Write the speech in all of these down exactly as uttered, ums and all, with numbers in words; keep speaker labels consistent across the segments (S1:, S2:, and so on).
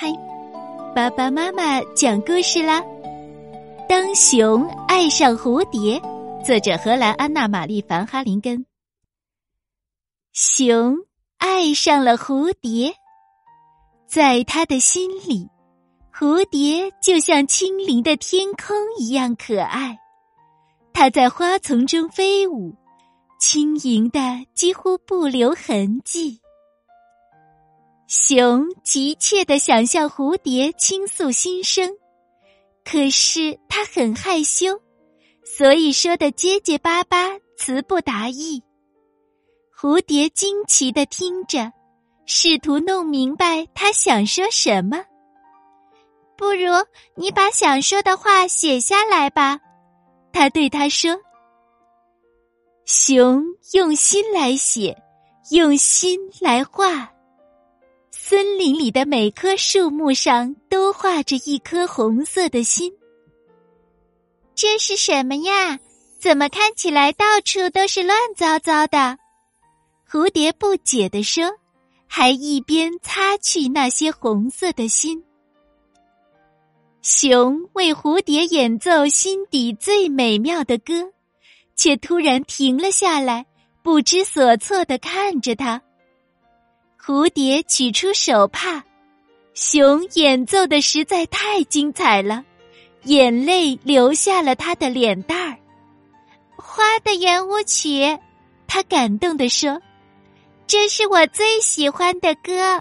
S1: 嗨，爸爸妈妈讲故事啦！当熊爱上蝴蝶，作者荷兰安娜·玛丽·凡哈林根。熊爱上了蝴蝶，在他的心里，蝴蝶就像轻灵的天空一样可爱。它在花丛中飞舞，轻盈的几乎不留痕迹。熊急切地想向蝴蝶倾诉心声，可是它很害羞，所以说得结结巴巴，词不达意。蝴蝶惊奇地听着，试图弄明白它想说什么。不如你把想说的话写下来吧，他对他说。熊用心来写，用心来画。森林里的每棵树木上都画着一颗红色的心。这是什么呀？怎么看起来到处都是乱糟糟的？蝴蝶不解地说，还一边擦去那些红色的心。熊为蝴蝶演奏心底最美妙的歌，却突然停了下来，不知所措地看着它。蝴蝶取出手帕，熊演奏的实在太精彩了，眼泪流下了他的脸蛋儿。花的圆舞曲，他感动地说，这是我最喜欢的歌。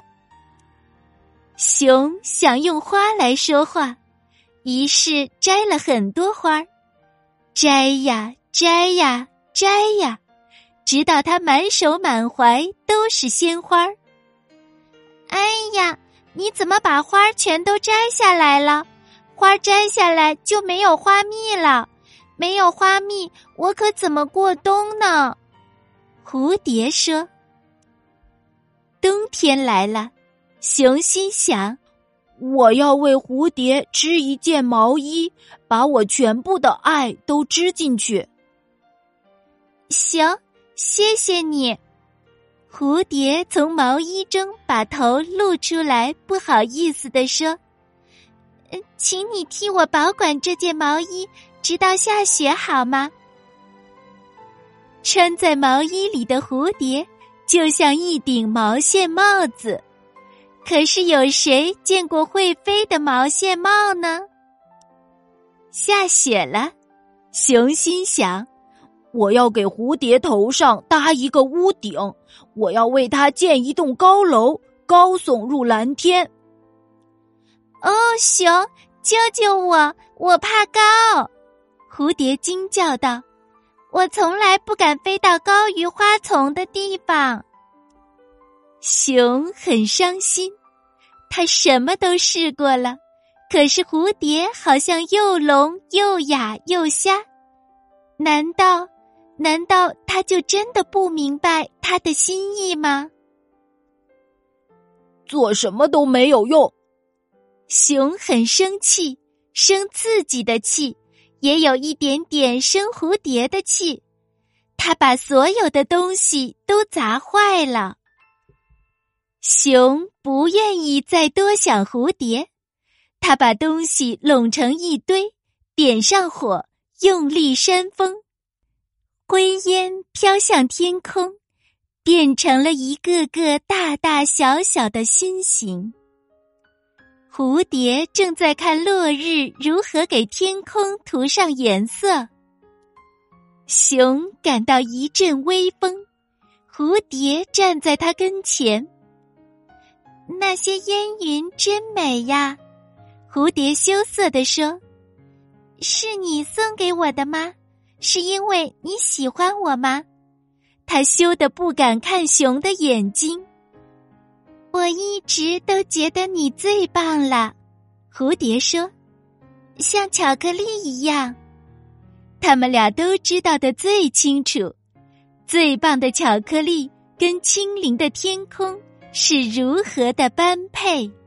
S1: 熊想用花来说话，于是摘了很多花，摘呀摘呀摘呀，直到它满手满怀都是鲜花。哎呀，你怎么把花全都摘下来了？花摘下来就没有花蜜了，没有花蜜，我可怎么过冬呢？蝴蝶说。冬天来了，熊心想，我要为蝴蝶织一件毛衣，把我全部的爱都织进去。行，谢谢你。蝴蝶从毛衣中把头露出来，不好意思地说，请你替我保管这件毛衣，直到下雪好吗？穿在毛衣里的蝴蝶就像一顶毛线帽子，可是有谁见过会飞的毛线帽呢？下雪了，熊心想，我要给蝴蝶头上搭一个屋顶，我要为它建一栋高楼，高耸入蓝天。哦，熊，救救我，我怕高！蝴蝶惊叫道，我从来不敢飞到高于花丛的地方。熊很伤心，它什么都试过了，可是蝴蝶好像又聋又哑又瞎。难道难道他就真的不明白他的心意吗？做什么都没有用。熊很生气，生自己的气，也有一点点生蝴蝶的气。他把所有的东西都砸坏了。熊不愿意再多想蝴蝶，他把东西拢成一堆，点上火，用力扇风。灰烟飘向天空，变成了一个个大大小小的心形。蝴蝶正在看落日如何给天空涂上颜色。熊感到一阵微风，蝴蝶站在它跟前。那些烟云真美呀，蝴蝶羞涩地说，是你送给我的吗？是因为你喜欢我吗？他羞得不敢看熊的眼睛。我一直都觉得你最棒了，蝴蝶说，像巧克力一样。他们俩都知道得最清楚，最棒的巧克力跟轻灵的天空是如何的般配。